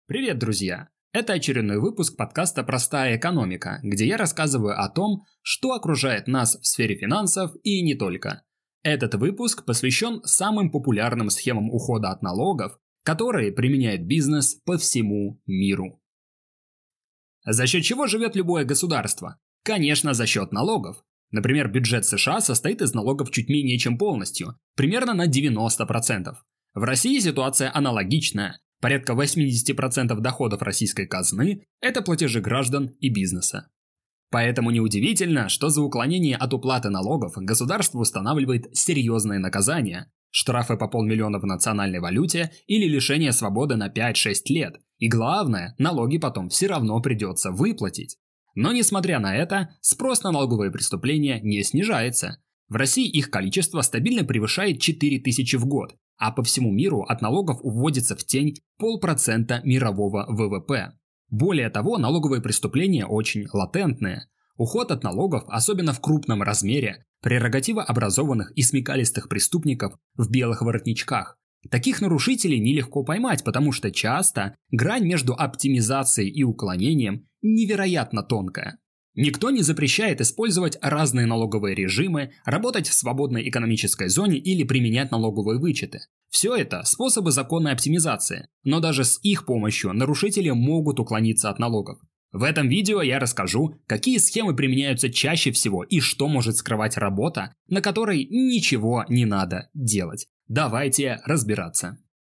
Привет, друзья! Это очередной выпуск подкаста «Простая экономика», где я рассказываю о том, что окружает нас в сфере финансов и не только. Этот выпуск посвящен самым популярным схемам ухода от налогов, которые применяет бизнес по всему миру. За счет чего живет любое государство? Конечно, за счет налогов. Например, бюджет США состоит из налогов чуть менее чем полностью, примерно на 90%. В России ситуация аналогичная. Порядка 80% доходов российской казны – это платежи граждан и бизнеса. Поэтому неудивительно, что за уклонение от уплаты налогов государство устанавливает серьезные наказания – штрафы по 500 000 в национальной валюте или лишение свободы на 5-6 лет. И главное, налоги потом все равно придется выплатить. Но несмотря на это, спрос на налоговые преступления не снижается. В России их количество стабильно превышает 4000 в год. А по всему миру от налогов уводится в тень 0,5% мирового ВВП. Более того, налоговые преступления очень латентные. Уход от налогов, особенно в крупном размере, прерогатива образованных и смекалистых преступников в белых воротничках. Таких нарушителей нелегко поймать, потому что часто грань между оптимизацией и уклонением невероятно тонкая. Никто не запрещает использовать разные налоговые режимы, работать в свободной экономической зоне или применять налоговые вычеты. Все это способы законной оптимизации, но даже с их помощью нарушители могут уклониться от налогов. В этом видео я расскажу, какие схемы применяются чаще всего и что может скрывать работа, на которой ничего не надо делать. Давайте разбираться.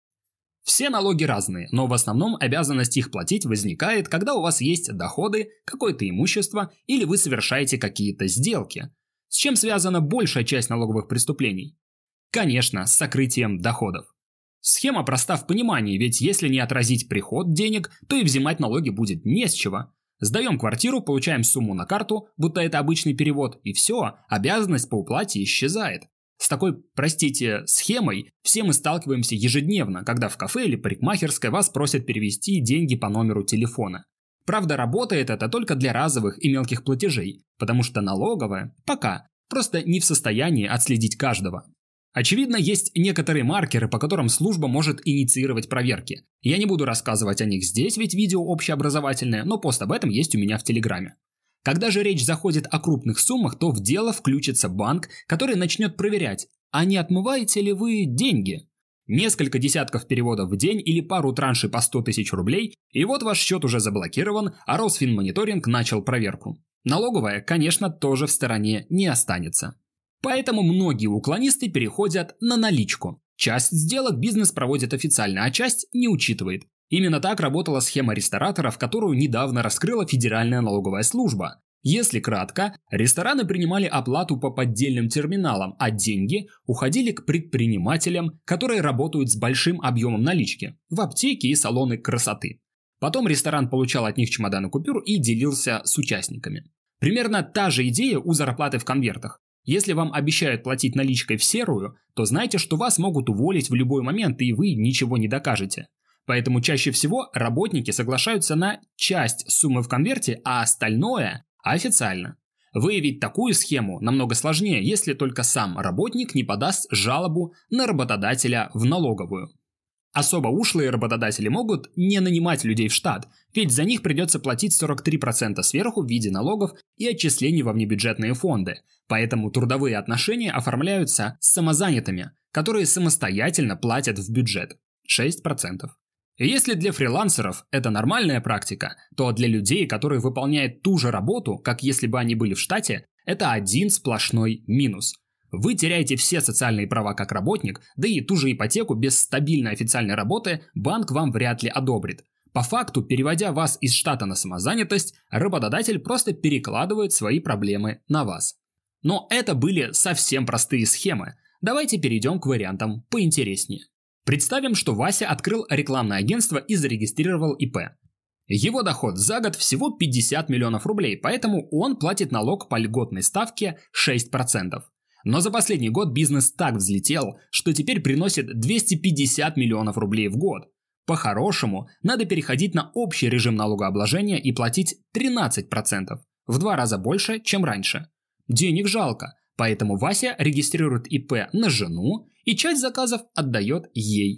Все налоги разные, но в основном обязанность их платить возникает, когда у вас есть доходы, какое-то имущество или вы совершаете какие-то сделки. С чем связана большая часть налоговых преступлений? Конечно, с сокрытием доходов. Схема проста в понимании, ведь если не отразить приход денег, то и взимать налоги будет не с чего. Сдаем квартиру, получаем сумму на карту, будто это обычный перевод, и все, обязанность по уплате исчезает. С такой, схемой все мы сталкиваемся ежедневно, когда в кафе или парикмахерской вас просят перевести деньги по номеру телефона. Правда, работает это только для разовых и мелких платежей, потому что налоговая пока просто не в состоянии отследить каждого. Очевидно, есть некоторые маркеры, по которым служба может инициировать проверки. Я не буду рассказывать о них здесь, ведь видео общеобразовательное, но пост об этом есть у меня в Телеграме. Когда же речь заходит о крупных суммах, то в дело включится банк, который начнет проверять, а не отмываете ли вы деньги. Несколько десятков переводов в день или пару траншей по 100 000 рублей, и вот ваш счет уже заблокирован, а Росфинмониторинг начал проверку. Налоговая, конечно, тоже в стороне не останется. Поэтому многие уклонисты переходят на наличку. Часть сделок бизнес проводит официально, а часть не учитывает. Именно так работала схема рестораторов, которую недавно раскрыла Федеральная налоговая служба. Если кратко, рестораны принимали оплату по поддельным терминалам, а деньги уходили к предпринимателям, которые работают с большим объемом налички, в аптеки и салоны красоты. Потом ресторан получал от них чемоданы купюр и делился с участниками. Примерно та же идея у зарплаты в конвертах. Если вам обещают платить наличкой в серую, то знайте, что вас могут уволить в любой момент, и вы ничего не докажете. Поэтому чаще всего работники соглашаются на часть суммы в конверте, а остальное официально. Выявить такую схему намного сложнее, если только сам работник не подаст жалобу на работодателя в налоговую. Особо ушлые работодатели могут не нанимать людей в штат, ведь за них придется платить 43% сверху в виде налогов и отчислений во внебюджетные фонды. Поэтому трудовые отношения оформляются с самозанятыми, которые самостоятельно платят в бюджет 6%. И если для фрилансеров это нормальная практика, то для людей, которые выполняют ту же работу, как если бы они были в штате, это один сплошной минус. Вы теряете все социальные права как работник, да и ту же ипотеку без стабильной официальной работы банк вам вряд ли одобрит. По факту, переводя вас из штата на самозанятость, работодатель просто перекладывает свои проблемы на вас. Но это были совсем простые схемы. Давайте перейдем к вариантам поинтереснее. Представим, что Вася открыл рекламное агентство и зарегистрировал ИП. Его доход за год всего 50 миллионов рублей, поэтому он платит налог по льготной ставке 6%. Но за последний год бизнес так взлетел, что теперь приносит 250 миллионов рублей в год. По-хорошему, надо переходить на общий режим налогообложения и платить 13%, в 2 раза больше, чем раньше. Денег жалко, поэтому Вася регистрирует ИП на жену и часть заказов отдает ей.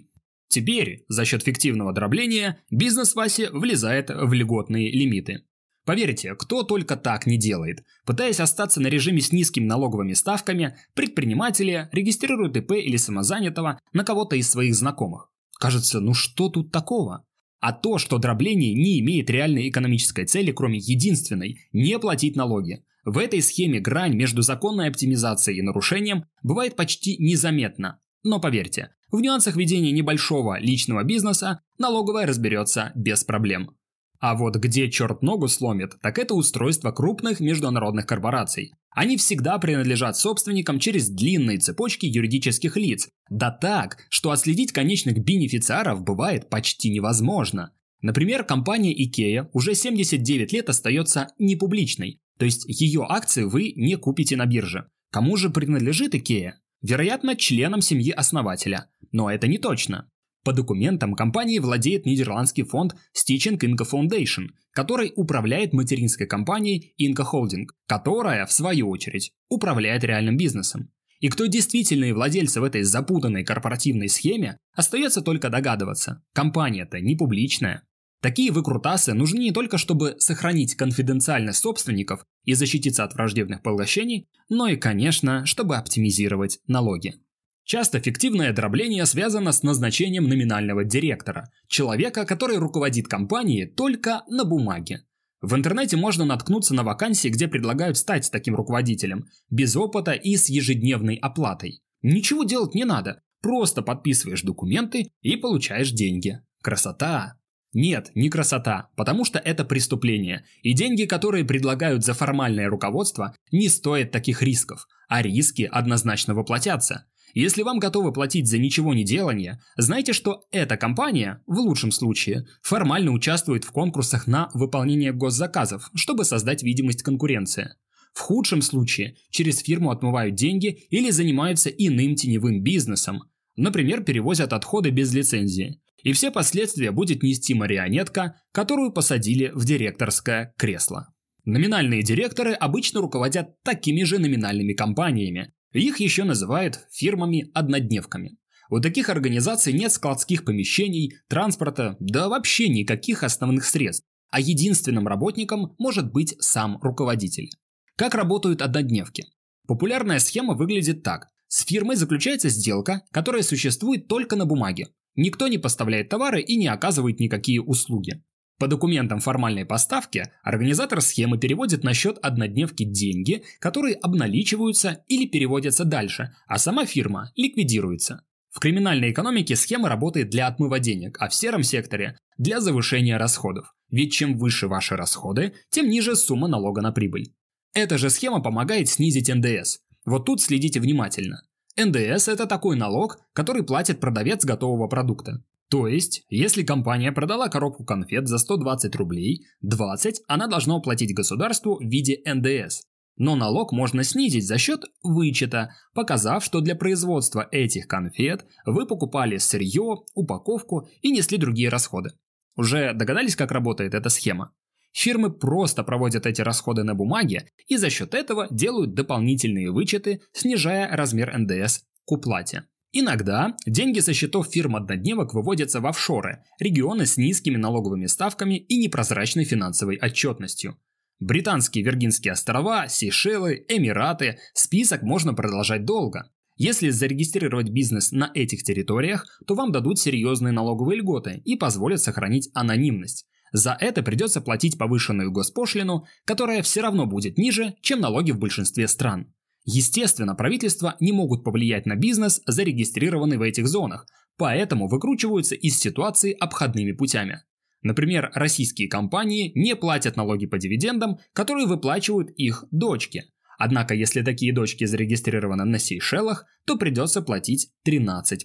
Теперь, за счет фиктивного дробления, бизнес Васи влезает в льготные лимиты. Поверьте, кто только так не делает. Пытаясь остаться на режиме с низкими налоговыми ставками, предприниматели регистрируют ИП или самозанятого на кого-то из своих знакомых. Кажется, ну что тут такого? А то, что дробление не имеет реальной экономической цели, кроме единственной – не платить налоги. В этой схеме грань между законной оптимизацией и нарушением бывает почти незаметна. Но поверьте, в нюансах ведения небольшого личного бизнеса налоговая разберется без проблем. А вот где черт ногу сломит, так это устройство крупных международных корпораций. Они всегда принадлежат собственникам через длинные цепочки юридических лиц. Да так, что отследить конечных бенефициаров бывает почти невозможно. Например, компания IKEA уже 79 лет остается непубличной, то есть ее акции вы не купите на бирже. Кому же принадлежит IKEA? Вероятно, членам семьи основателя. Но это не точно. По документам компании владеет нидерландский фонд Stichting Inca Foundation, который управляет материнской компанией Inca Holding, которая, в свою очередь, управляет реальным бизнесом. И кто действительные владельцы в этой запутанной корпоративной схеме, остается только догадываться. Компания-то не публичная. Такие выкрутасы нужны не только, чтобы сохранить конфиденциальность собственников и защититься от враждебных поглощений, но и, конечно, чтобы оптимизировать налоги. Часто фиктивное дробление связано с назначением номинального директора, человека, который руководит компанией только на бумаге. В интернете можно наткнуться на вакансии, где предлагают стать таким руководителем, без опыта и с ежедневной оплатой. Ничего делать не надо, просто подписываешь документы и получаешь деньги. Красота! Нет, не красота, потому что это преступление, и деньги, которые предлагают за формальное руководство, не стоят таких рисков, а риски однозначно воплотятся. Если вам готовы платить за ничего не делание, знайте, что эта компания, в лучшем случае, формально участвует в конкурсах на выполнение госзаказов, чтобы создать видимость конкуренции. В худшем случае через фирму отмывают деньги или занимаются иным теневым бизнесом, например, перевозят отходы без лицензии. И все последствия будет нести марионетка, которую посадили в директорское кресло. Номинальные директоры обычно руководят такими же номинальными компаниями. Их еще называют фирмами-однодневками. У таких организаций нет складских помещений, транспорта, да вообще никаких основных средств, а единственным работником может быть сам руководитель. Как работают однодневки? Популярная схема выглядит так. С фирмой заключается сделка, которая существует только на бумаге. Никто не поставляет товары и не оказывает никакие услуги. По документам формальной поставки организатор схемы переводит на счет однодневки деньги, которые обналичиваются или переводятся дальше, а сама фирма ликвидируется. В криминальной экономике схема работает для отмыва денег, а в сером секторе – для завышения расходов. Ведь чем выше ваши расходы, тем ниже сумма налога на прибыль. Эта же схема помогает снизить НДС. Вот тут следите внимательно. НДС – это такой налог, который платит продавец готового продукта. То есть, если компания продала коробку конфет за 120 рублей, 20 она должна уплатить государству в виде НДС. Но налог можно снизить за счет вычета, показав, что для производства этих конфет вы покупали сырье, упаковку и несли другие расходы. Уже догадались, как работает эта схема? Фирмы просто проводят эти расходы на бумаге и за счет этого делают дополнительные вычеты, снижая размер НДС к уплате. Иногда деньги со счетов фирм-однодневок выводятся в офшоры, регионы с низкими налоговыми ставками и непрозрачной финансовой отчетностью. Британские Виргинские острова, Сейшелы, Эмираты – список можно продолжать долго. Если зарегистрировать бизнес на этих территориях, то вам дадут серьезные налоговые льготы и позволят сохранить анонимность. За это придется платить повышенную госпошлину, которая все равно будет ниже, чем налоги в большинстве стран. Естественно, правительства не могут повлиять на бизнес, зарегистрированный в этих зонах, поэтому выкручиваются из ситуации обходными путями. Например, российские компании не платят налоги по дивидендам, которые выплачивают их дочки. Однако, если такие дочки зарегистрированы на Сейшелах, то придется платить 13%.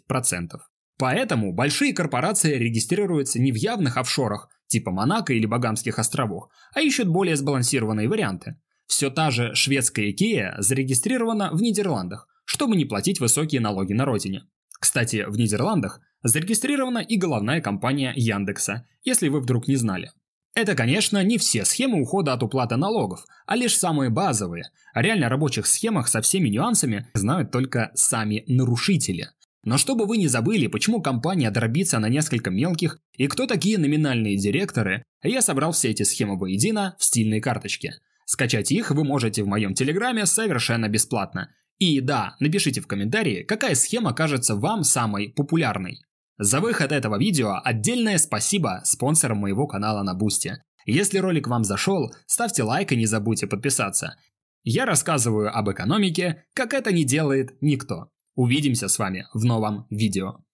Поэтому большие корпорации регистрируются не в явных офшорах, типа Монако или Багамских островов, а ищут более сбалансированные варианты. Все та же шведская IKEA зарегистрирована в Нидерландах, чтобы не платить высокие налоги на родине. Кстати, в Нидерландах зарегистрирована и головная компания Яндекса, если вы вдруг не знали. Это, конечно, не все схемы ухода от уплаты налогов, а лишь самые базовые. О реально рабочих схемах со всеми нюансами знают только сами нарушители. Но чтобы вы не забыли, почему компания дробится на несколько мелких и кто такие номинальные директоры, я собрал все эти схемы воедино в стильной карточке. Скачать их вы можете в моем телеграме совершенно бесплатно. И да, напишите в комментарии, какая схема кажется вам самой популярной. За выход этого видео отдельное спасибо спонсорам моего канала на Бусти. Если ролик вам зашел, ставьте лайк и не забудьте подписаться. Я рассказываю об экономике, как это не делает никто. Увидимся с вами в новом видео.